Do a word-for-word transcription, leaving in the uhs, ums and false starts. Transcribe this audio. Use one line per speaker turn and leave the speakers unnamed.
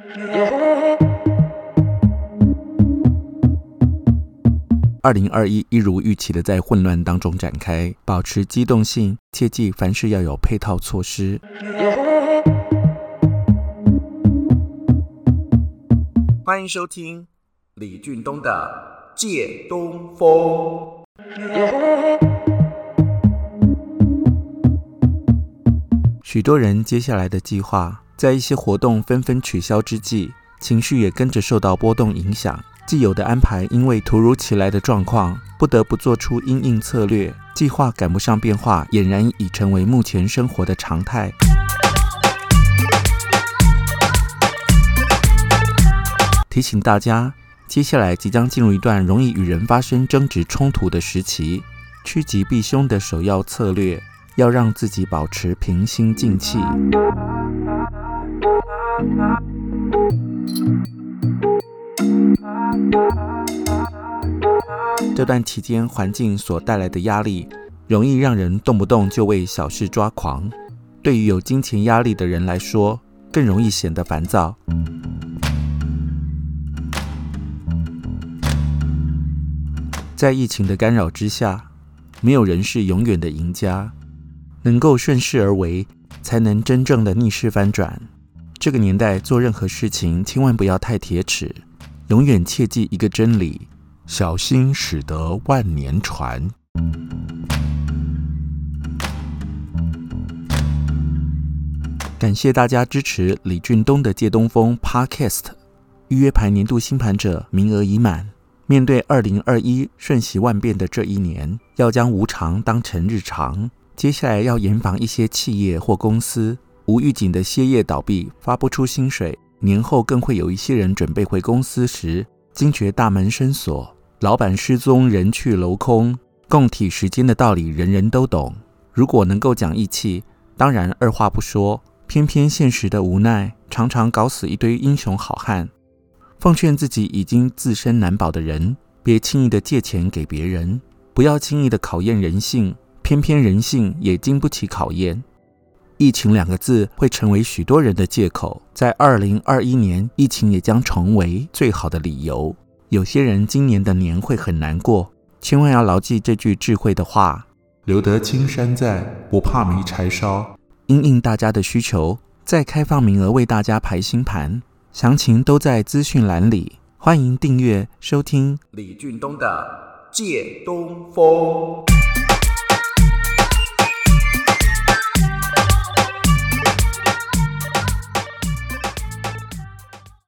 二零二一一如预期的在混乱当中展开，保持机动性，切记凡事要有配套措施。欢迎收听李俊东的借东风。许多人接下来的计划，在一些活动纷纷取消之际，情绪也跟着受到波动影响。既有的安排因为突如其来的状况，不得不做出因应策略，计划赶不上变化，俨然已成为目前生活的常态。提醒大家，接下来即将进入一段容易与人发生争执冲突的时期，趋吉避凶的首要策略，要让自己保持平心静气。这段期间环境所带来的压力，容易让人动不动就为小事抓狂。对于有金钱压力的人来说，更容易显得烦躁。在疫情的干扰之下，没有人是永远的赢家，能够顺势而为，才能真正的逆势翻转。这个年代做任何事情千万不要太铁齿，永远切记一个真理：小心驶得万年船。感谢大家支持李俊东的借东风 Podcast。 预约排年度星盘者名额已满。面对二零二一瞬息万变的这一年，要将无常当成日常。接下来要严防一些企业或公司无预警的歇业倒闭，发不出薪水。年后更会有一些人准备回公司时，惊觉大门深锁，老板失踪，人去楼空。共体时间的道理人人都懂，如果能够讲义气，当然二话不说。偏偏现实的无奈，常常搞死一堆英雄好汉。奉劝自己已经自身难保的人，别轻易的借钱给别人，不要轻易的考验人性，偏偏人性也经不起考验。疫情两个字会成为许多人的借口，在二零二一年，疫情也将成为最好的理由。有些人今年的年会很难过，千万要牢记这句智慧的话：留得青山在，不怕没柴烧。因应大家的需求，再开放名额为大家排星盘，详情都在资讯栏里。欢迎订阅收听李俊东的借东风。